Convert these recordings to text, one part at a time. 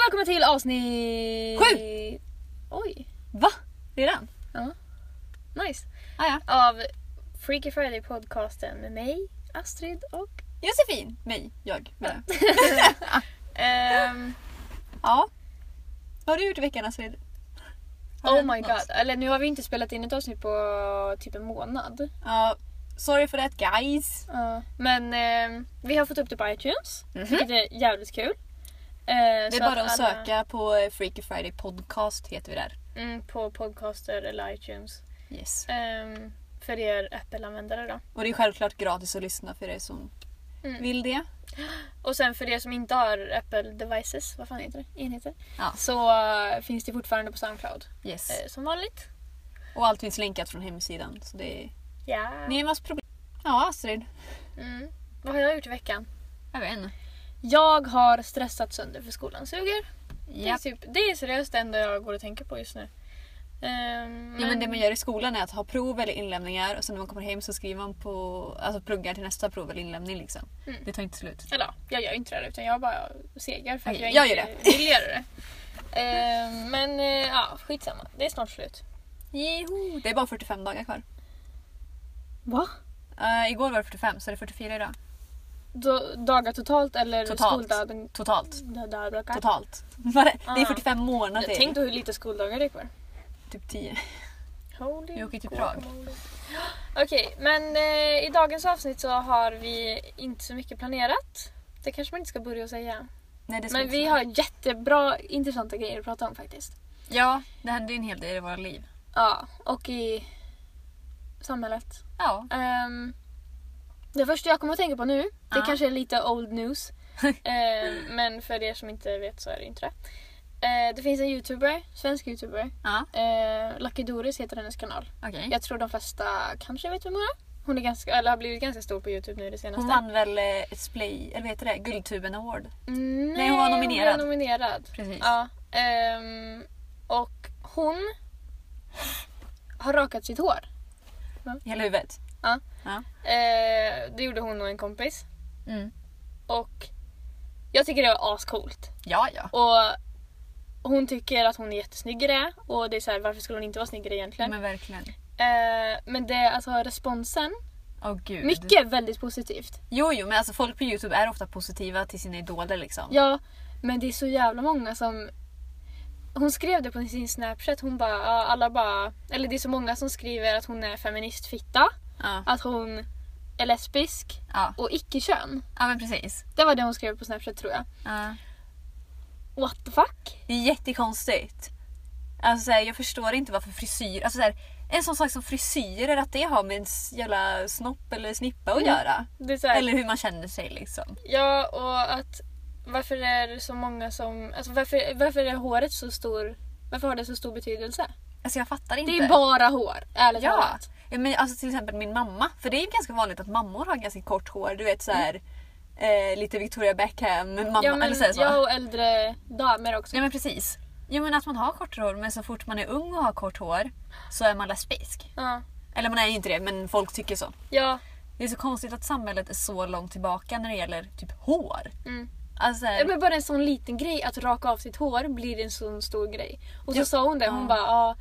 välkomna till avsnitt 7. Oj. Va? Redan? Ja. Nice. Ja. Av Freaky Friday podcasten med mig, Astrid och Josefin. Jag. Ja. Vad har du gjort i veckan, Astrid? Oh my god. Eller nu har vi inte spelat in ett avsnitt på typ en månad. Ja. Sorry for that, guys. Men vi har fått upp det på iTunes. Vilket är jävligt kul. Det är bara att söka på Freaky Friday podcast heter vi där. På podcaster eller iTunes. Yes. För er Apple-användare då. Och det är självklart gratis att lyssna för er som vill det. Och sen för er som inte har Apple devices, vad fan heter det? Enheter. Ja. Så finns det fortfarande på SoundCloud. Yes. Som vanligt. Och allt finns länkat från hemsidan. Så det är... Ja. Ni är massor problem. Ja, Astrid. Vad har jag gjort i veckan? Jag vet inte. Jag har stressat sönder för skolan suger. Yep. Det är seriöst det enda jag går och tänker på just nu. Men det man gör i skolan är att ha prov eller inlämningar och sen när man kommer hem så skriver man pluggar till nästa prov eller inlämning liksom. Det tar inte slut. Eller jag gör inte det utan jag bara segar för att jag gör inte det. vill göra det. Men skitsamma. Det är snart slut. Jeho. Det är bara 45 dagar kvar. Va? Igår var det 45 så det är 44 idag. Dagar totalt eller skoldagen? Totalt. Dagar. Totalt. Det är 45 månader. Jag tänkte hur lite skoldagar det är kvar. Typ 10. Vi åker till Prag. Okej, men i dagens avsnitt så har vi inte så mycket planerat. Det kanske man inte ska börja säga. Nej, det ska men vi har jättebra, intressanta grejer att prata om faktiskt. Ja, det händer en hel del i våra liv. Ja, och i samhället. Ja. Det första jag kommer att tänka på nu, det kanske är lite old news. Men för er som inte vet så är det inte det. Det finns en svensk youtuber. Lucky Doris heter hennes kanal. Okay. Jag tror de flesta kanske vet vem hon är. Hon är har blivit ganska stor på YouTube nu det senaste. Hon vann väl ett eller vad heter det? Guldtuben Award? Nej, hon var nominerad. Hon var nominerad. Precis. Ja. Och hon har rakat sitt hår. Hela huvudet? Ja. Det gjorde hon och en kompis. Och jag tycker det var ascoolt. Ja. Och hon tycker att hon är jättesnygg i det. Och det är så här, varför skulle hon inte vara snyggare egentligen? Men verkligen. Men det, alltså responsen. Gud. Mycket är väldigt positivt. Jo, men alltså folk på YouTube är ofta positiva till sina idoler liksom. Ja, men det är så jävla många som... Hon skrev det på sin Snapchat. Hon bara, eller det är så många som skriver att hon är feministfitta. Att hon är lesbisk och icke-kön. Ja, men precis. Det var det hon skrev på Snapchat tror jag. What the fuck? Det är jättekonstigt. Alltså jag förstår inte varför frisyr... Alltså en sån sak som frisyrer, att det har med en jävla snopp eller snippa att göra. Det är eller hur man känner sig liksom. Ja, och att... Varför är det så många som... Alltså varför är håret så stor... Varför har det så stor betydelse? Alltså jag fattar inte. Det är bara hår, ärligt talat. Ja, men alltså till exempel min mamma. För det är ganska vanligt att mammor har ganska kort hår. Du vet så här... lite Victoria Beckham. Mamma, ja, men eller så. Jag och äldre damer också. Ja, men precis. Jo, men att man har kort hår. Men så fort man är ung och har kort hår så är man lesbisk. Eller man är ju inte det, men folk tycker så. Ja. Det är så konstigt att samhället är så långt tillbaka när det gäller typ hår. Alltså, men bara en sån liten grej att raka av sitt hår blir en sån stor grej. Och så sa hon det, hon bara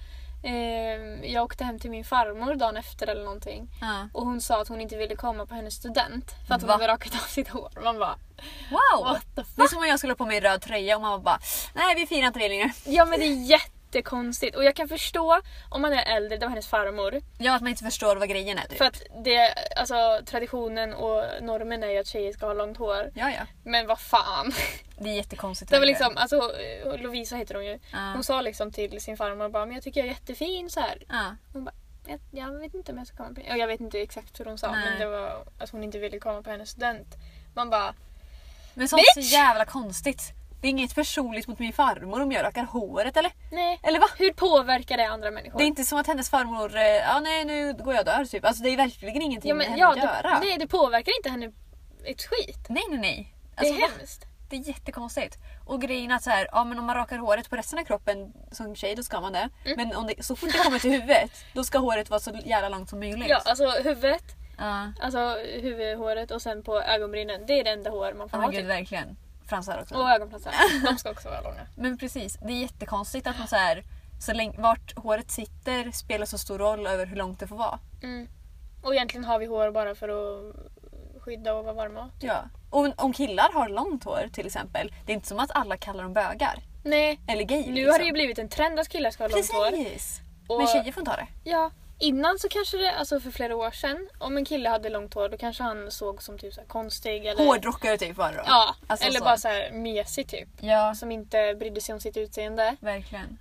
jag åkte hem till min farmor dagen efter eller någonting. Och hon sa att hon inte ville komma på hennes student för att hon hade rakat av sitt hår. Man bara, wow! What the fuck? Det är som om jag skulle ha på mig en röd tröja och man bara, nej vi firar inte det längre. Ja, men det är jättekonstigt. Och jag kan förstå om man är äldre, det var hennes farmor. Ja, att man inte förstår vad grejen är typ. För att det, alltså traditionen och normen är ju att tjejer ska ha långt hår. Ja. Men vad fan. Det är jättekonstigt. Det var liksom, alltså Lovisa heter hon ju. Hon sa liksom till sin farmor bara, men jag tycker jag är jättefin så här. Hon bara, jag vet inte om jag ska komma på. Och jag vet inte exakt hur hon sa, men det var att hon inte ville komma på hennes student. Man bara, men sånt är så jävla konstigt. Det är inget personligt mot min farmor om jag rakar håret, eller? Nej. Eller va? Hur påverkar det andra människor? Det är inte som att hennes farmor, nej nu går jag dör typ. Alltså det är verkligen ingenting med henne att göra. Nej, det påverkar inte henne ett skit. Nej. Alltså, det är hemskt. Det är jättekonstigt. Och grejen att så här, men om man rakar håret på resten av kroppen som tjej, då ska man det. Men så fort det kommer till huvudet, då ska håret vara så jävla långt som möjligt. Ja, alltså huvudet. Alltså huvudhåret och sen på ögonbrynen. Det är det enda hår man får ha. Gud, verkligen. fransar också. Och ögonfransar. De ska också vara långa. Men precis, det är jättekonstigt att man så här, så länge, vart håret sitter spelar så stor roll över hur långt det får vara. Och egentligen har vi hår bara för att skydda och vara varma. Typ. Ja. Och om killar har långt hår till exempel, det är inte som att alla kallar dem bögar. Nej. Eller gay. Nu har det ju blivit en trend att killar ska ha långt hår. Precis. Men tjejer får inte ha det. Ja. Innan så kanske det, alltså för flera år sedan, om en kille hade långt hår då kanske han såg som typ så här konstig eller... Hårdrockare typ var det då. Ja, alltså eller så. bara så här mesig typ. Ja. Som inte brydde sig om sitt utseende. Verkligen.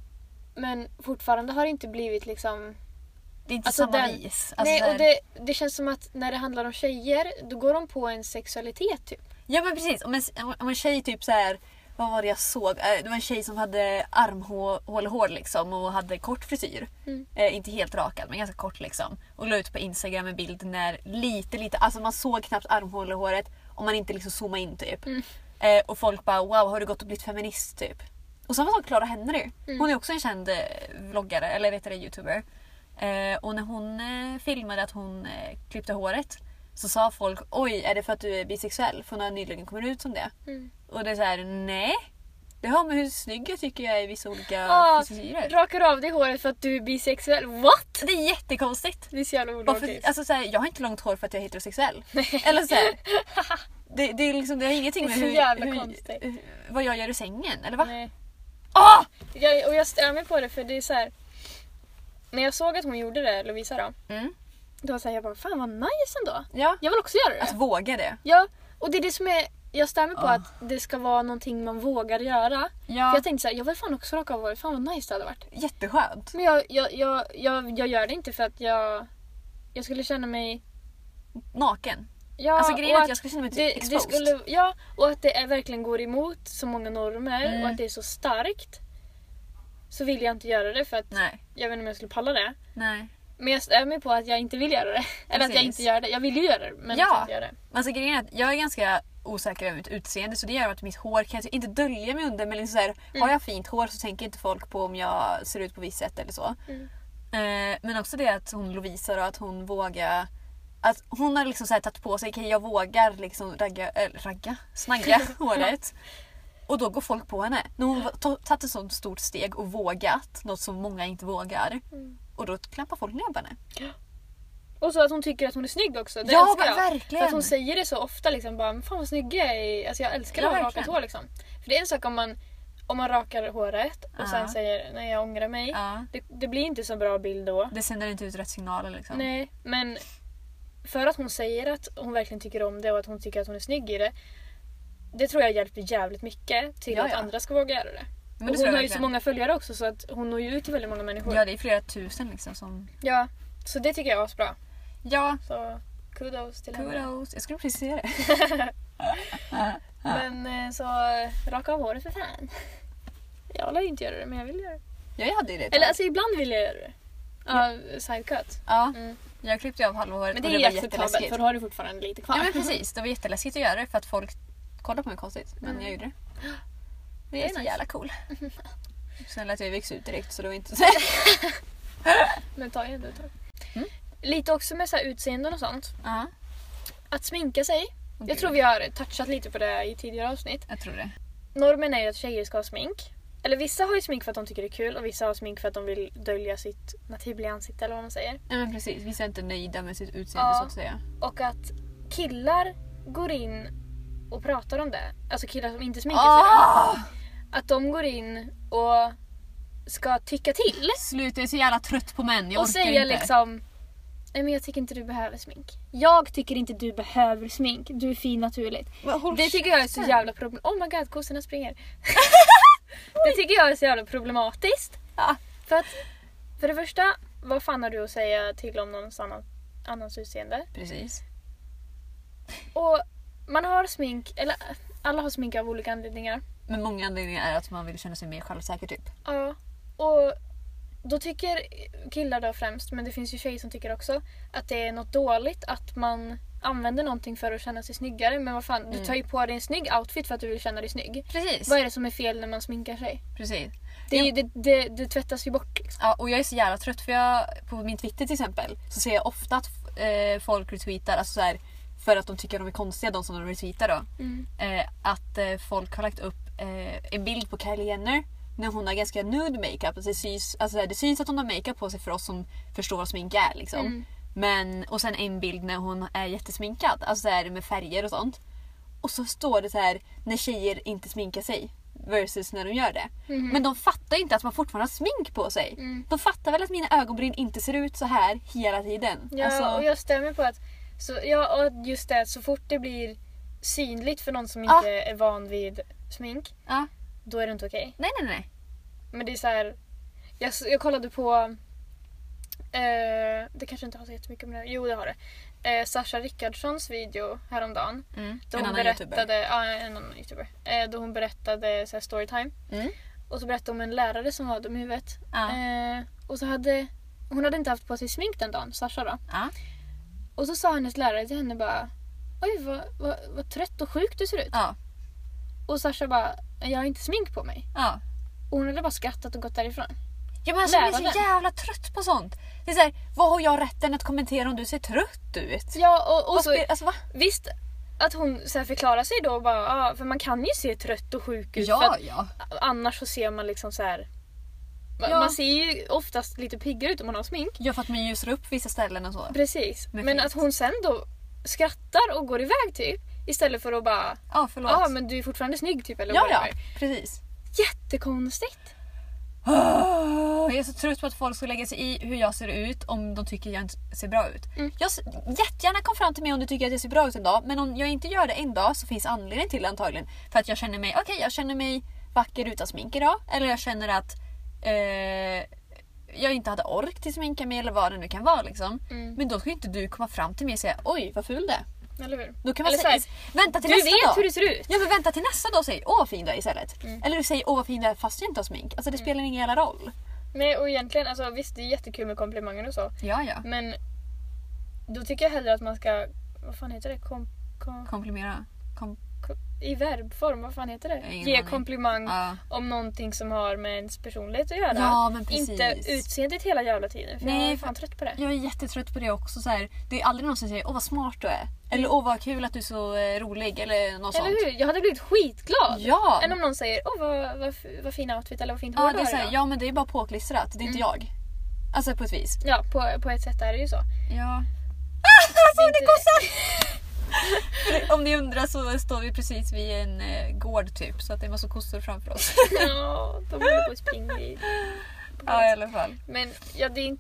Men fortfarande har det inte blivit liksom... Det är inte samma vis. Alltså nej, där... och det känns som att när det handlar om tjejer, då går de på en sexualitet typ. Ja men precis, om en tjej typ så här, vad var det jag såg? Det var en tjej som hade armhålehår liksom och hade kort frisyr. Inte helt rakad men ganska kort liksom. Och la ut på Instagram en bild när lite, alltså man såg knappt armhålehåret om man inte liksom zoomade in typ. Och folk bara wow, har du gått och blivit feminist typ? Och samma sak Clara Henry. Hon är också en känd vloggare, eller vet du det, youtuber. Och när hon filmade att hon klippte håret så sa folk, oj, är det för att du är bisexuell? För hon har nyligen kommit ut som det. Och det är så här, nej. Det har med hur snygg jag tycker jag är i vissa olika frisyrer. Rakar av dig håret för att du är bisexuell. What? Det är jättekonstigt. Det är så jävla ologiskt. Alltså, så här, jag har inte långt hår för att jag är heterosexuell. Eller så här, det är liksom, det har ingenting med hur vad jag gör i sängen, eller va? Nej. Ah! Och jag stämmer mig på det för det är så här. När jag såg att hon gjorde det, Lovisa då. Då var så här, jag bara, fan vad nice ändå. Ja. Jag vill också göra det. Att våga det. Ja, och det är det som är... Jag stämmer på att det ska vara någonting man vågar göra. Ja. För jag tänkte så här, jag vill fan också raka av håret. Fan vad nice det hade varit. Jätteskönt. Men jag gör det inte för att jag skulle känna mig... Naken. Ja, alltså grejen är att jag skulle känna mig det exposed. skulle, ja, och att det verkligen går emot så många normer och att det är så starkt. Så vill jag inte göra det för att jag vet inte om jag skulle palla det. Nej. Men jag stämmer mig på att jag inte vill göra det. Eller att jag inte gör det. Jag vill ju göra det, men jag inte göra det. Alltså grejen är att jag är ganska osäker över mitt utseende så det gör att mitt hår kan jag inte dölja mig under. Men liksom så här, har jag fint hår så tänker inte folk på om jag ser ut på visst sätt eller så. Men också det att hon Lovisa och att hon vågar... Att hon har liksom så här tagit på sig, okej, jag vågar liksom snagga håret. Och då går folk på henne. När hon tagit ett sånt stort steg och vågat, något som många inte vågar. Och då klappar folk ner på henne. Och så att hon tycker att hon är snygg också. Det ja, älskar jag. Verkligen. För att hon säger det så ofta liksom bara, fan vad snygg jag är. Alltså jag älskar att ha rakat hår liksom. För det är en sak om man rakar håret och sen säger, nej jag ångrar mig. Det blir inte så bra bild då. Det sänder inte ut rätt signaler liksom. Nej, men för att hon säger att hon verkligen tycker om det och att hon tycker att hon är snygg i det. Det tror jag hjälper jävligt mycket till att andra ska våga göra det. Men och hon har ju så många följare också så att hon når ju ut till väldigt många människor. Ja, det är flera tusen liksom som... Ja, så det tycker jag är asbra. Ja. Så kudos till henne. Kudos, jag skulle precis säga det. Men så raka av håret för fan. Jag lär inte göra det, men jag vill göra det. Jag hade ju det. Eller alltså ibland vill jag göra det. Ja, sidecut. Ja. Jag klippte av halva håret. Men det är jätteläskigt. För då har du fortfarande lite kvar. Ja men precis, det var jätteläskigt att göra det för att folk kollade på mig konstigt. Men jag gjorde det. Det är så jävla cool. Sen lät jag växa ut direkt så det var inte så. Men ta igen det. Lite också med så här utseenden och sånt. Att sminka sig. Okay. Jag tror vi har touchat lite på det i tidigare avsnitt. Jag tror det. Normen är ju att tjejer ska ha smink. Eller vissa har ju smink för att de tycker det är kul och vissa har smink för att de vill dölja sitt naturliga ansikte eller vad man säger. Ja men precis, vissa är inte nöjda med sitt utseende så att säga. Och att killar går in och pratar om det. Alltså killar som inte sminkar sig. Att de går in och ska tycka till. Sluta, jag är så jävla trött på män. Jag och säga inte. Liksom, nej men jag tycker inte du behöver smink. Jag tycker inte du behöver smink. Du är fin naturligt. Det tycker jag är så jävla problematiskt. Oh my god, kossorna springer. Det tycker jag är så jävla problematiskt. För att, för det första, vad fan har du att säga till om någon annans utseende? Precis. Och man har smink, eller alla har smink av olika anledningar. Men många anledningar är att man vill känna sig mer självsäker typ. Ja, och då tycker killar då främst, men det finns ju tjejer som tycker också att det är något dåligt att man använder någonting för att känna sig snyggare. Men vad fan, du tar ju på dig en snygg outfit för att du vill känna dig snygg. Precis. Vad är det som är fel när man sminkar sig? Precis. Det tvättas ju bort liksom. Ja, och jag är så jävla trött för på min Twitter till exempel så ser jag ofta att folk retweetar alltså så här, för att de tycker de är konstiga, de som de retweetar då. Att folk har lagt upp en bild på Kylie Jenner när hon har ganska nude makeup. Alltså det syns att hon har makeup på sig för oss som förstår vad smink är liksom. Men, och sen en bild när hon är jättesminkad, alltså så här med färger och sånt. Och så står det så här när tjejer inte sminkar sig versus när de gör det. Men de fattar inte att man fortfarande har smink på sig. De fattar väl att mina ögonbryn inte ser ut så här hela tiden. Ja, alltså... och jag stämmer på att och just det, så fort det blir synligt för någon som inte är van vid smink, då är det inte okej. Nej. Men det är så här, jag kollade på det kanske inte har så jättemycket om det. Jo, det har det. Sasha Rickardssons video häromdagen. Då hon berättade, en annan YouTuber. Då hon berättade så här, storytime. Och så berättade om en lärare som var dum i huvudet. Och så hon hade inte haft på sig smink den dagen, Sasha då. Och så sa hennes lärare till henne bara: oj, vad trött och sjuk du ser ut. Och Sasha bara: jag har inte smink på mig. Och hon hade bara skrattat och gått därifrån. Ja, men alltså, jag blir så jävla trött på sånt. Det är så här, vad har jag rätten att kommentera om du ser trött ut? Ja, och så, alltså, va? Visst att hon så här förklarar sig då bara, för man kan ju se trött och sjuk ut. Ja. Annars så ser man liksom så här. Man ser ju oftast lite piggare ut om man har smink. Ja, för att man ljusar upp vissa ställen och så. Precis. Men att hon sen då skrattar och går iväg typ, istället för att bara, förlåt. Men du är fortfarande snygg typ, eller ja, precis. Jättekonstigt. Jag är så trött på att folk ska lägga sig i hur jag ser ut om de tycker jag inte ser bra ut. Jättegärna kom fram till mig om du tycker att jag ser bra ut en dag, men om jag inte gör det en dag så finns anledning till det antagligen. För att jag känner mig vacker utan smink idag, eller jag känner att jag inte hade ork till sminka mig eller vad det nu kan vara liksom. Men då ska inte du komma fram till mig och säga: oj, vad ful det är. Eller hur? Då kan man säga, vänta till du nästa vet dag. Hur det ser ut. Ja, men vänta till nästa dag och säg: åh, vad fin du är istället. Eller du säger: åh, vad fin du är fast jag inte har smink. Alltså det spelar ingen jävla roll. Nej, och egentligen, alltså visst, det är jättekul med komplimanger och så. Ja. Men då tycker jag hellre att man ska, vad fan heter det? Komplimera. I verbform, vad fan heter det? Ge komplimang om någonting som har med ens personlighet att göra. Ja, men precis. Inte utseendet hela jävla tiden. För jag är fan trött på det. Jag är jättetrött på det också. Så här, det är aldrig någon som säger: åh, vad smart du är. Eller åh, vad kul att du är så rolig. Eller något sånt. Eller hur? Jag hade blivit skitglad. Ja. Än om någon säger: åh, vad fin outfit eller vad fint hår du har. Ja, men det är bara påklistrat. Det är inte jag. Alltså på ett vis. Ja, på ett sätt är det ju så. Ja. Alltså, det kostar! Om ni undrar så står vi precis vid en gård typ, så att det är massa kossor framför oss. Ja, de håller på att springa i. Ja, i alla fall. Men ja, det är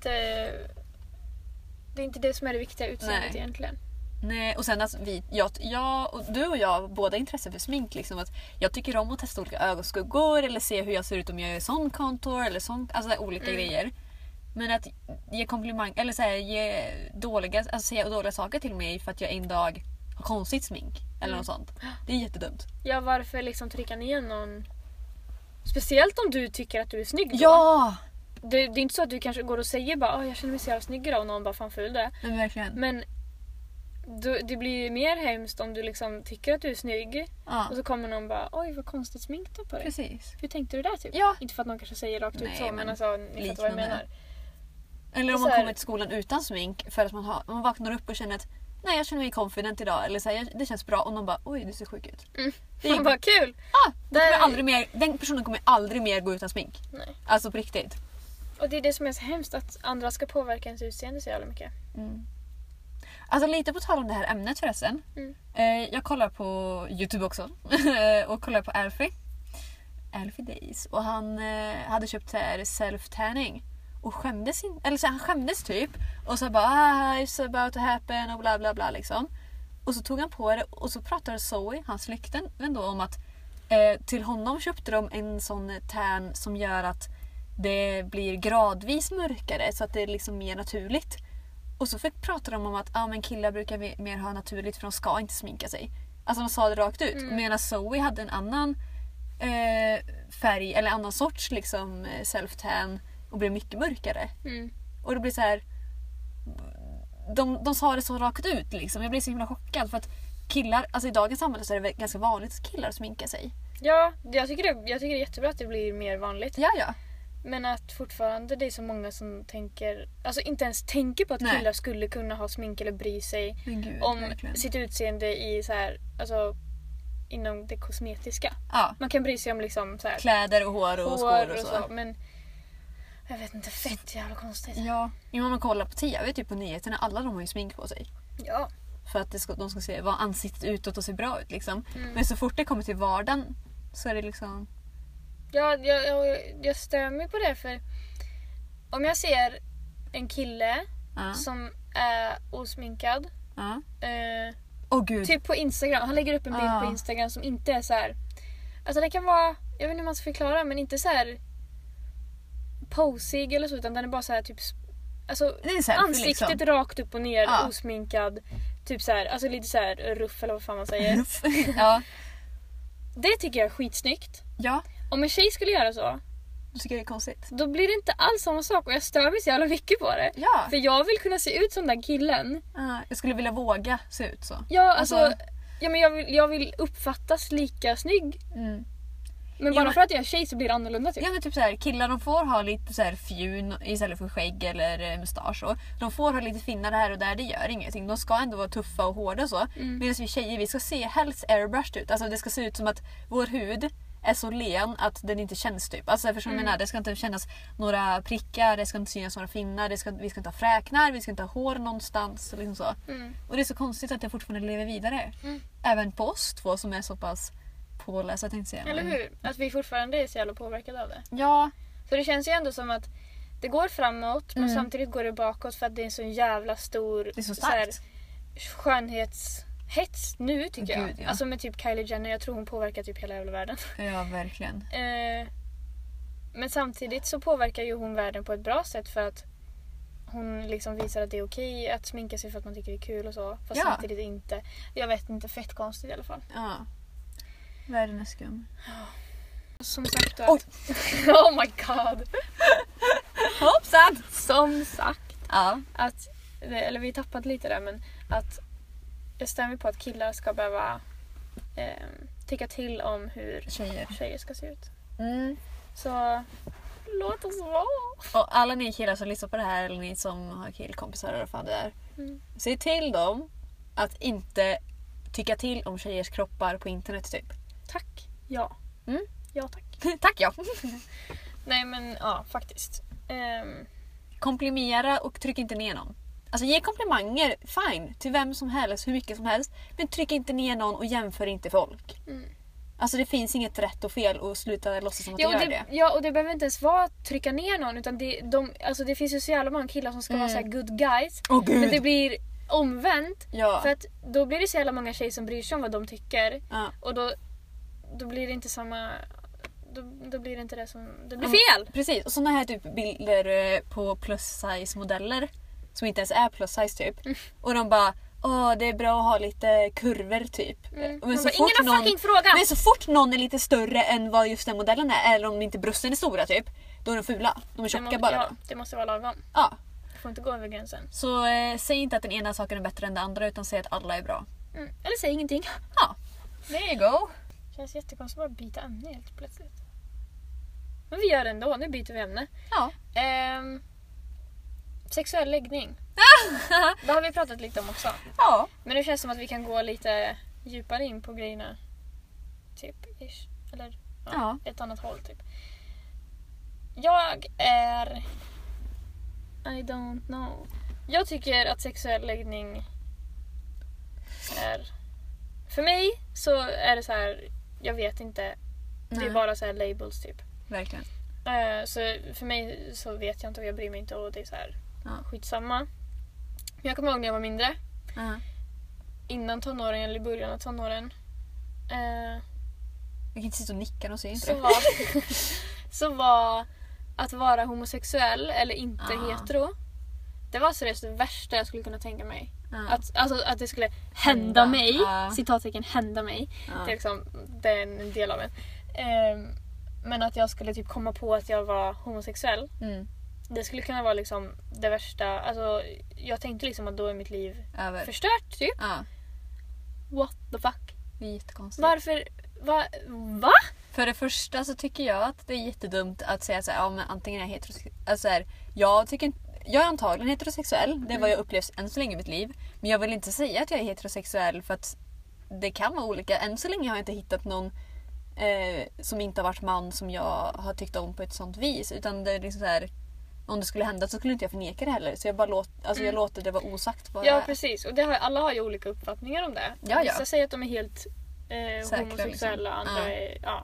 inte det som är det viktiga utseendet egentligen. Nej, och sen alltså, du och jag båda intresse för smink liksom, att jag tycker om att testa olika ögonskuggor eller se hur jag ser ut om jag gör sån contour eller sån, alltså olika grejer. Men att ge komplimang eller så här, säga dåliga saker till mig för att jag en dag har konstigt smink eller något sånt. Det är jättedumt. Ja, varför liksom trycka ner någon? Speciellt om du tycker att du är snygg då. Ja! Det är inte så att du kanske går och säger bara: jag känner mig så jävla snygg idag, och någon bara: fan ful det. Men verkligen. Men det blir ju mer hemskt om du liksom tycker att du är snygg och så kommer någon bara: oj, vad konstigt smink på dig. Precis. Hur tänkte du där typ? Ja. Inte för att någon kanske säger rakt ut så, men alltså, ni fattar vad jag menar. Eller om man kommer till skolan utan smink för att man vaknar upp och känner att nej, jag känner mig confident idag, eller så här, det känns bra, och någon bara: oj, du ser sjuk ut. Det är bara kul. Den personen kommer aldrig mer gå utan smink. Nej. Alltså på riktigt. Och det är det som är så hemskt, att andra ska påverka ens utseende så jävla mycket. Alltså lite på tal om det här ämnet förresten. Jag kollar på YouTube också och kollar på Alfie Days, och han hade köpt så här self-tanning och skämdes han skämdes typ, och så bara it's about to happen och bla bla bla liksom. Och så tog han på det, och så pratade Zoe, hans släkten, ändå om att till honom köpte de en sån tan som gör att det blir gradvis mörkare, så att det är liksom mer naturligt. Och så pratade de om att men killar brukar mer ha naturligt, för de ska inte sminka sig. Alltså de sa det rakt ut. Medan Zoe hade en annan färg eller annan sorts liksom self-tan och blev mycket mörkare. Och det blir så här, de sa det så rakt ut liksom. Jag blev så himla chockad, för att killar, alltså i dagens samhälle så är det ganska vanligt att killar sminkar sig. Ja, jag tycker det är jättebra att det blir mer vanligt. Ja. Men att fortfarande det är så många som tänker, alltså inte ens tänker på att killar skulle kunna ha smink eller bry sig om verkligen. Sitt utseende i så här, alltså inom det kosmetiska. Ja. Man kan bry sig om liksom så här, kläder och hår och skor och så. Men jag vet inte, fett jävla konstigt. Ja, om man kollar på TV typ på nyheterna, alla de har ju smink på sig. Ja. För att de ska se vad ansiktet utåt och se bra ut liksom. Men så fort det kommer till vardagen så är det liksom... Ja, jag stör mig på det, för om jag ser en kille som är osminkad Gud. typ på Instagram, han lägger upp en bild på Instagram som inte är så här, alltså det kan vara, jag vet inte hur man ska förklara, men inte så här posig eller så, utan den är bara så här typ, alltså ansiktet liksom rakt upp och ner, osminkad, typ så här, alltså lite så här ruff eller vad fan man säger. Ja. Det tycker jag är skitsnyggt. Ja. Om en tjej skulle göra så, då tycker jag det är konstigt. Då blir det inte alls samma sak, och jag stör mig så jävla mycket på det. Ja. För jag vill kunna se ut som den killen. Jag skulle vilja våga se ut så. Ja, alltså ja, men jag vill uppfattas lika snygg. Men bara för att jag är tjej så blir det annorlunda typ. Ja, men typ så här, killar de får ha lite så här fjun istället för skägg eller mustasch, och de får ha lite finnar här och där, det gör ingenting. De ska ändå vara tuffa och hårda och så. Medan vi tjejer, vi ska se helst airbrushed ut. Alltså det ska se ut som att vår hud är så len att den inte känns typ. Alltså för som jag menar, det ska inte kännas några prickar, det ska inte synas några finnar, vi ska inte ha fräknar, vi ska inte ha hår någonstans liksom så. Och det är så konstigt att det fortfarande lever vidare. Även på oss två som är så pass påläsa, tänkte jag säga. Eller hur? Att vi fortfarande är så jävla påverkade av det. Ja. Så det känns ju ändå som att det går framåt, men samtidigt går det bakåt för att det är en så jävla stor, det är så starkt, så här, skönhetshets nu tycker jag. Ja. Alltså med typ Kylie Jenner, jag tror hon påverkar typ hela jävla världen. Ja, verkligen. Men samtidigt så påverkar ju hon världen på ett bra sätt, för att hon liksom visar att det är okej att sminka sig för att man tycker det är kul och så. Fast samtidigt inte. Jag vet inte, fett konstigt i alla fall. Ja. Världen är skum. Som sagt då att... Oh my god. Hoppsan! Som sagt. Att, eller vi tappat lite där, men att jag stämmer på att killar ska behöva tycka till om hur tjejer ska se ut. Så låt oss vara. Och alla ni killar som lyssnar på det här, eller ni som har killkompisar eller vad fan det är. Se till dem att inte tycka till om tjejers kroppar på internet typ. Tack. Ja. Ja, tack. Tack, ja. Nej, men ja, faktiskt. Komplimera och tryck inte ner någon. Alltså ge komplimanger, fine, till vem som helst, hur mycket som helst. Men tryck inte ner någon och jämför inte folk. Alltså det finns inget rätt och fel, och sluta låtsas som att du gör det. Ja, och det behöver inte ens vara att trycka ner någon, utan alltså det finns ju så jävla många killar som ska vara så här good guys. Men det blir omvänt. För att då blir det så jävla många tjejer som bryr sig om vad de tycker. Och då blir det inte samma... Då blir det inte det som... Det blir fel! Precis, och såna här typ bilder på plus size modeller som inte ens är plus size typ. Och de bara, det är bra att ha lite kurvor typ. Men så fort ingen har fucking frågat! Men så fort någon är lite större än vad just den modellen är, eller om inte brösten är stora typ, då är de fula. De är tjocka bara. Ja, det måste vara lagom. Ja. Det får inte gå över gränsen. Så säg inte att den ena saken är bättre än den andra, utan säg att alla är bra. Eller säg ingenting. Ja, there you go. Det känns jättekonstigt att bara byta ämne helt plötsligt. Men vi gör det ändå, nu byter vi ämne. Ja. Sexuell läggning. Det har vi pratat lite om också. Ja. Men det känns som att vi kan gå lite djupare in på grejerna. Typ, ish. Eller ett annat håll typ. Jag är... I don't know. Jag tycker att sexuell läggning är... För mig så är det så här... Jag vet inte. Det är bara så här labels typ. Verkligen. Så för mig så vet jag inte, och jag bryr mig inte, och det är så här skitsamma. Men jag kommer ihåg när jag var mindre. Innan tonåren, eller i början av tonåren. Jag kan inte sitta och nicka och se inte det. Så var att vara homosexuell eller inte hetero. Det var seriöst det värsta jag skulle kunna tänka mig. Att det skulle hända mig. Citattecken hända mig. Det är liksom den del av en. Men att jag skulle typ komma på att jag var homosexuell. Det skulle kunna vara liksom det värsta. Alltså, jag tänkte liksom att då är mitt liv förstört typ. What the fuck? Det är jättekonstigt. Varför? Va? För det första så tycker jag att det är jättedumt att säga så här, ja men antingen är jag heterosexuell. Alltså här, jag är antagligen heterosexuell. Det är vad jag upplevt än så länge i mitt liv. Men jag vill inte säga att jag är heterosexuell för att det kan vara olika. Än så länge har jag inte hittat någon som inte har varit man som jag har tyckt om på ett sånt vis. Utan det är liksom så här, om det skulle hända så skulle inte jag förneka det heller. Så jag bara jag låter det vara osagt. Ja, precis. Och alla har ju olika uppfattningar om det. Ja. Vissa säger att de är helt säkra, homosexuella. liksom. Andra är... Ja.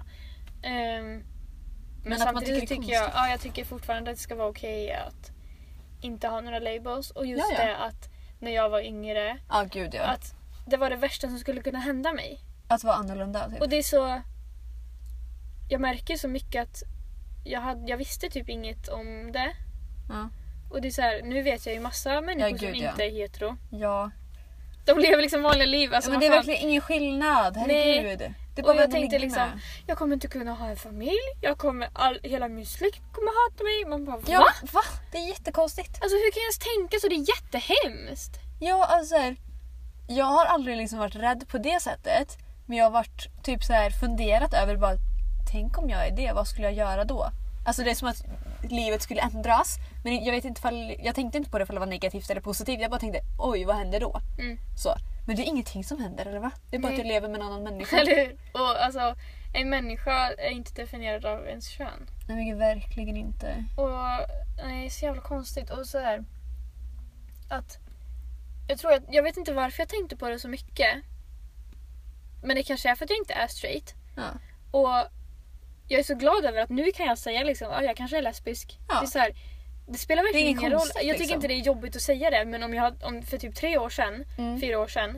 Men att samtidigt jag tycker fortfarande att det ska vara okej att inte ha några labels. Och just det att när jag var yngre att det var det värsta som skulle kunna hända mig. Att vara annorlunda. Typ. Och det är så... Jag märker så mycket att jag visste typ inget om det. Ja. Och det är så här, nu vet jag ju massa människor som inte är hetero. Ja. De lever liksom vanliga liv. Alltså, men det är verkligen ingen skillnad. Herregud. Nej. Det är bara och jag tänkte liksom, jag kommer inte kunna ha en familj. Hela min släkt kommer hata mig. Man bara, va? Det är jättekonstigt. Alltså hur kan jag ens tänka så? Det är jättehemskt. Ja, alltså jag har aldrig liksom varit rädd på det sättet. Men jag har varit typ så här funderat över bara, tänk om jag är det, vad skulle jag göra då? Alltså det är som att livet skulle ändras. Men jag tänkte inte på det för det var negativt eller positivt. Jag bara tänkte, oj, vad händer då? Så. Men det är ingenting som händer, eller va? Det är bara att du lever med en annan människa. Eller hur? Och alltså, en människa är inte definierad av ens kön. Nej, men verkligen inte. Och nej, det är så jävla konstigt. Och så här, att jag vet inte varför jag tänkte på det så mycket. Men det kanske är för att jag inte är straight. Ja. Och jag är så glad över att nu kan jag säga liksom, jag kanske är lesbisk. Ja. Det är så här, det spelar verkligen ingen roll. Jag tycker liksom inte det är jobbigt att säga det, men om för typ 4 år sedan,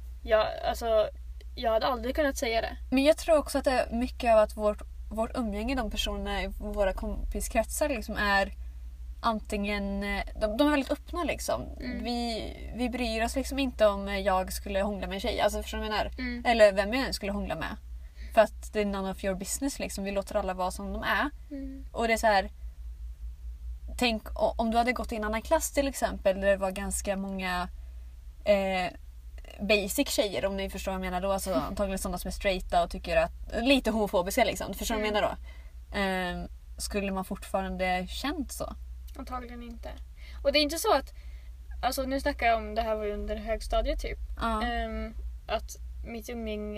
jag hade aldrig kunnat säga det. Men jag tror också att det är mycket av att vårt umgänge, de personerna i våra kompiskretsar liksom är antingen, de är väldigt öppna liksom. Vi bryr oss liksom inte om jag skulle hångla med en tjej, alltså förstår du vad jag menar? Eller vem jag än skulle hångla med. För att det är none of your business liksom. Vi låter alla vara som de är. Och det är så här, tänk om du hade gått i en annan klass till exempel där det var ganska många basic tjejer, om ni förstår vad jag menar då. Alltså antagligen sådana som är straighta och tycker att lite homofobiska liksom. Förstår vad jag menar då? Skulle man fortfarande känt så? Antagligen inte. Och det är inte så att, alltså nu snackar jag om, det här var ju under högstadiet typ. Att mitt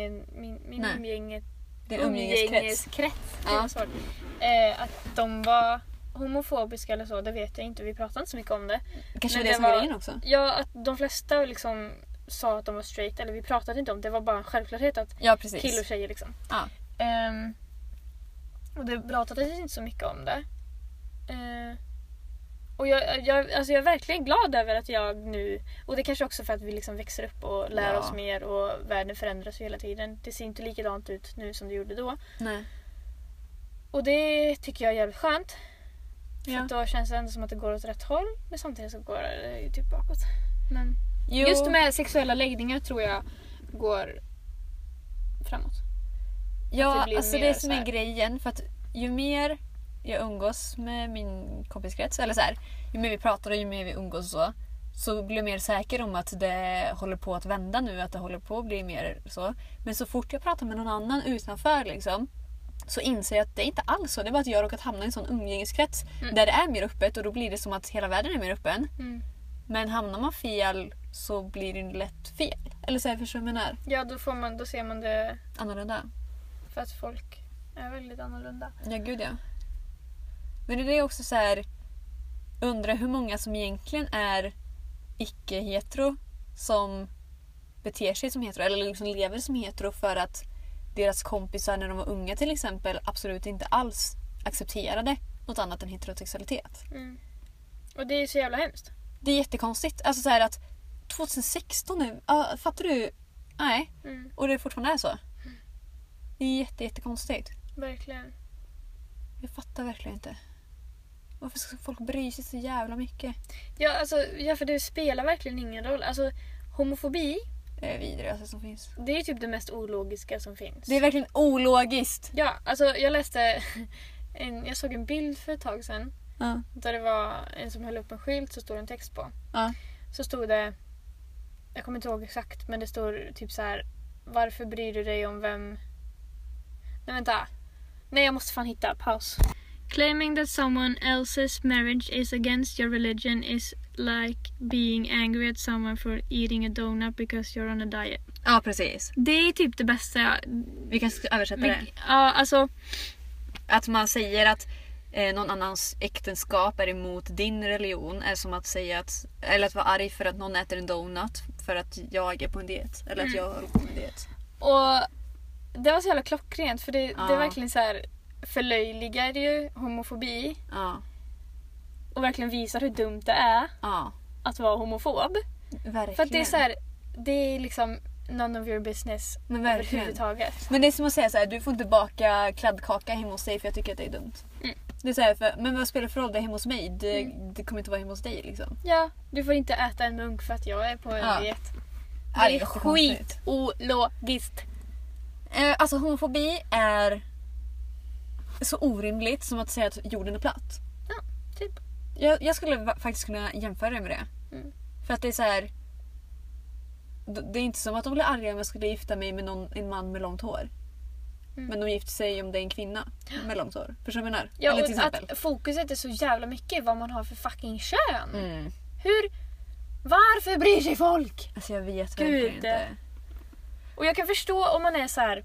umgängeskrets att de var homofobiska eller så, det vet jag inte. Vi pratade inte så mycket om det. Kanske men det som var grejen också. Ja, att de flesta liksom sa att de var straight, eller vi pratade inte om det. var bara en självklarhet att killar och tjejer liksom. Ja. Och det pratades inte så mycket om det. Och jag är verkligen glad över att jag nu, och det kanske också för att vi liksom växer upp och lär oss mer och världen förändras hela tiden. Det ser inte likadant ut nu som det gjorde då. Nej. Och det tycker jag är jävligt skönt. För då känns det ändå som att det går åt rätt håll, men samtidigt så går det ju typ bakåt. Men just med sexuella läggningar tror jag går framåt. Ja, alltså det som är grejen, för att ju mer jag umgås med min kompiskrets, eller så här, ju mer vi pratar och ju mer vi umgås så blir jag mer säker om att det håller på att vända nu, att det håller på att bli mer så. Men så fort jag pratar med någon annan utanför liksom, så inser jag att det är inte alls så. Det är bara att jag har råkat hamna i en sån umgängeskrets där det är mer öppet, och då blir det som att hela världen är mer öppen. Men hamnar man fel så blir det lätt fel. Eller så här, förstår du vad jag menar? Ja, då ser man det annorlunda. För att folk är väldigt annorlunda. Ja, gud ja. Men det är också så här, undrar hur många som egentligen är icke-hetero som beter sig som hetero, eller liksom lever som hetero för att deras kompisar när de var unga till exempel absolut inte alls accepterade något annat än heterosexualitet. Och det är så jävla hemskt. Det är jättekonstigt. Alltså så här att 2016 nu, fattar du? Nej. Och det fortfarande är så. Det är jättekonstigt. Verkligen. Jag fattar verkligen inte. Varför ska folk bry sig så jävla mycket? Ja, för det spelar verkligen ingen roll. Alltså, homofobi, det är vidrigaste som finns. det är typ det mest ologiska som finns. Det är verkligen ologiskt. Ja, alltså jag läste jag såg en bild för ett tag sedan. Där det var en som höll upp en skylt, så stod det en text på. Så stod det, jag kommer inte ihåg exakt, men det står typ så här: varför bryr du dig om vem... Nej, vänta. Nej, jag måste fan hitta. Paus. Claiming that someone else's marriage is against your religion is like being angry at someone for eating a donut because you're on a diet. Ja, precis. Det är typ det bästa. Vi kan översätta det. Ja, alltså. Att man säger att någon annans äktenskap är emot din religion är som att säga att, eller att vara arg för att någon äter en donut för att jag är på en diet. Eller att jag är på en diet. Och det var så jävla klockrent, för det är verkligen så här förlöjligar ju homofobi. Ja. Och verkligen visar hur dumt det är att vara homofob. Verkligen. För att det är så här, det är liksom none of your business överhuvudtaget. Men det är som att säga så här, du får inte baka kladdkaka hemma hos dig för jag tycker att det är dumt. Det är så här, men vad spelar för roll, det är hemma hos mig? Det kommer inte vara hemma hos dig liksom. Ja, du får inte äta en munk för att jag är på en diet. Det är skitologiskt. Alltså homofobi är så orimligt som att säga att jorden är platt. Ja, typ. Jag skulle faktiskt kunna jämföra det med det. För att det är så här. Det är inte som att de blir arga om jag skulle gifta mig med en man med långt hår. Men de gifter sig om det är en kvinna med långt hår. Förstår du vad jag menar? Ja, eller till exempel. Att fokuset är så jävla mycket vad man har för fucking kön. Varför bryr sig folk? Alltså jag vet verkligen inte. Och jag kan förstå om man är så här,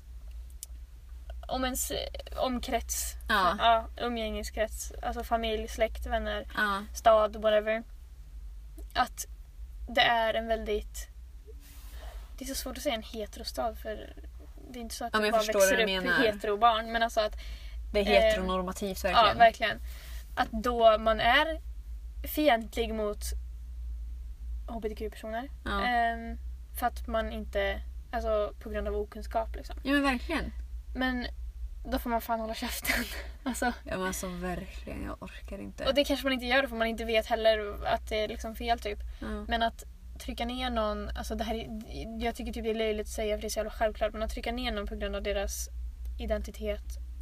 om ens omkrets, umgängeskrets, alltså familj, släkt, vänner, stad, whatever. Att det är en väldigt, det är så svårt att säga en heterostad, för det är inte så att det bara växer upp heterobarn, men alltså att det är heteronormativt verkligen. Ja, verkligen. Att då man är fientlig mot hbtq-personer för att man inte, alltså på grund av okunskap liksom. Ja, men verkligen. Men då får man fan hålla käften. Alltså. Ja, men alltså verkligen, jag orkar inte. Och det kanske man inte gör för man inte vet heller att det är liksom fel typ. Men att trycka ner någon, alltså det här, jag tycker typ det är löjligt att säga för det är så jävla självklart, men att trycka ner någon på grund av deras identitet.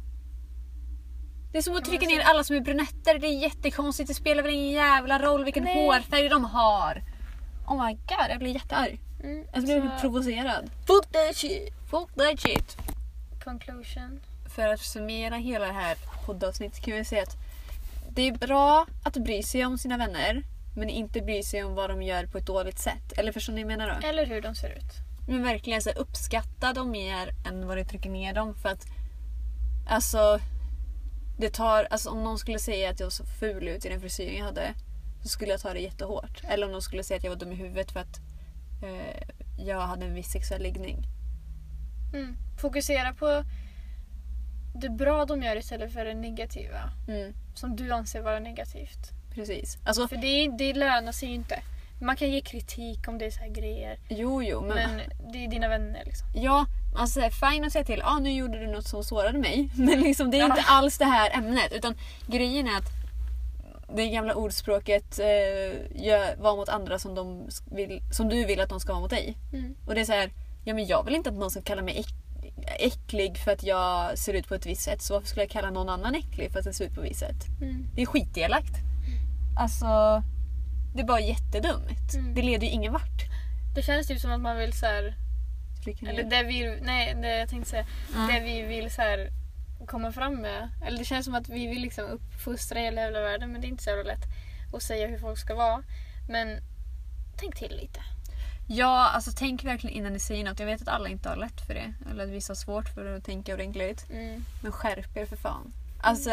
Det är som att trycka ner alla som är brunetter. Det är jättekonstigt, det spelar väl ingen jävla roll vilken hårfärg de har. Oh my god, jag blir jättearg. Jag blir provocerad. Fuck that shit. Fuck that shit. Conclusion. För att summera hela det här poddavsnittet kan vi säga att det är bra att bry sig om sina vänner, men inte bry sig om vad de gör på ett dåligt sätt. Eller förstår ni menar då? Eller hur de ser ut. Men verkligen så uppskatta dem mer än vad du trycker ner dem. För att alltså det tar, alltså om någon skulle säga att jag såg ful ut i den frisyren jag hade, så skulle jag ta det jättehårt. Eller om någon skulle säga att jag var dum i huvudet för att jag hade en viss sexuell läggning. Fokusera på det bra de gör istället för det negativa. Som du anser vara negativt. Precis. Alltså, för det lönar sig ju inte. Man kan ge kritik om det är så här grejer. Jo, men det är dina vänner liksom. Ja, alltså fine att säga till. Nu gjorde du något som sårade mig. Men liksom, det är inte alls det här ämnet. Utan grejen är att det gamla ordspråket var mot andra som du vill att de ska vara mot dig. Och det är så här, ja men jag vill inte att någon ska kalla mig äcklig för att jag ser ut på ett visst sätt. Så varför skulle jag kalla någon annan äcklig för att jag ser ut på ett visst sätt? Det är skitelakt. Alltså, det är bara jättedumt. Det leder ju ingen vart. Det känns typ som att man vill så här, eller det vi vill så här komma fram med. Eller det känns som att vi vill liksom uppfostra hela jävla världen, men det är inte så jävla lätt att säga hur folk ska vara. Men tänk till lite. Ja, alltså tänk verkligen innan ni säger något. Jag vet att alla inte har lätt för det. Eller att vissa har svårt för att tänka ordentligt. Men skärp er för fan. Alltså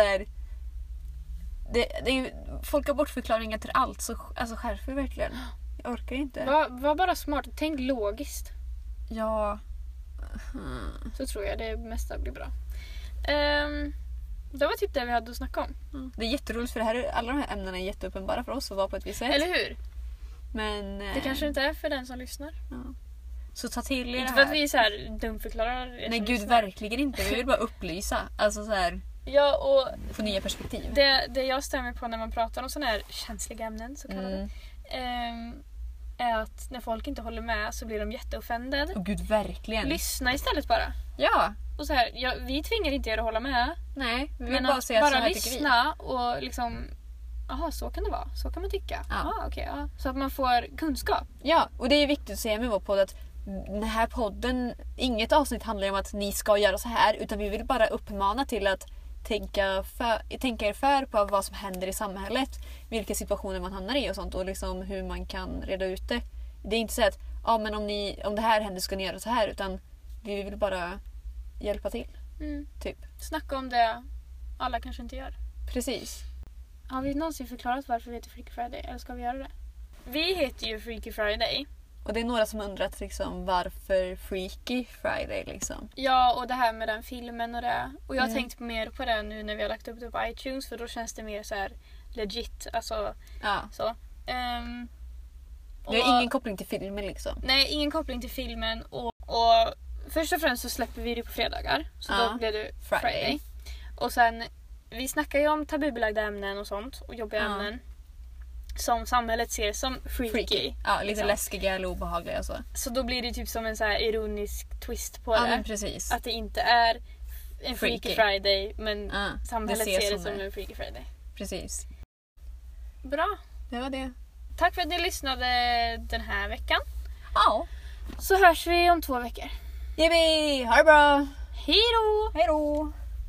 det är, folk har bortförklaringar till allt. Så alltså skärp er verkligen. Jag orkar inte. Var bara smart. Tänk logiskt. Ja. Så tror jag det mesta blir bra. Det var typ det vi hade att snacka om. Det är jätteroligt för alla de här ämnena är jätteuppenbara för oss att vara på ett visst sätt. Eller hur? Men det kanske inte är för den som lyssnar. Så ta till er det här. Inte för att vi så här dumförklarar. Nej gud, lyssnar. Verkligen inte. Vi vill bara upplysa. Alltså så här. Ja, och få nya perspektiv. Det jag stämmer på när man pratar om såna här känsliga ämnen så kallade, är att när folk inte håller med så blir de jätteoffended. Åh gud, verkligen. Lyssna istället bara. Ja. Och så här, vi tvingar inte er att hålla med. Nej, vi vill men bara säga att så här lyssna och liksom, aha, så kan det vara. Så kan man tycka. Ja. Okej. Så att man får kunskap. Ja, och det är viktigt att säga med vår podd att den här podden, inget avsnitt handlar om att ni ska göra så här, utan vi vill bara uppmana till att tänka er för på vad som händer i samhället, vilka situationer man hamnar i och sånt, och liksom hur man kan reda ut det. Det är inte så att men om det här händer ska ni göra så här, utan vi vill bara hjälpa till. Typ. Snacka om det alla kanske inte gör. Precis. Har vi någonsin förklarat varför vi heter Freaky Friday, eller ska vi göra det? Vi heter ju Freaky Friday. Och det är några som undrat liksom, varför Freaky Friday liksom. Ja, och det här med den filmen och det. Och jag har tänkt mer på det nu när vi har lagt upp det på iTunes, för då känns det mer så här legit. Alltså, så. Det har ingen koppling till filmen liksom. Nej, ingen koppling till filmen. Och först och främst så släpper vi det på fredagar. Så då blir det Friday. Och sen, vi snackar ju om tabubelagda ämnen och sånt. Och jobbiga ämnen. Som samhället ser som freaky. Ja, lite liksom läskiga eller obehagliga och så. Så då blir det typ som en så här ironisk twist på det. Men precis. Att det inte är en Freaky Friday, men samhället ser det som en Freaky Friday. Precis. Bra. Det var det. Tack för att ni lyssnade den här veckan. Ja. Så hörs vi om 2 veckor. Jippi! Ha det bra! Hej då! Hej då!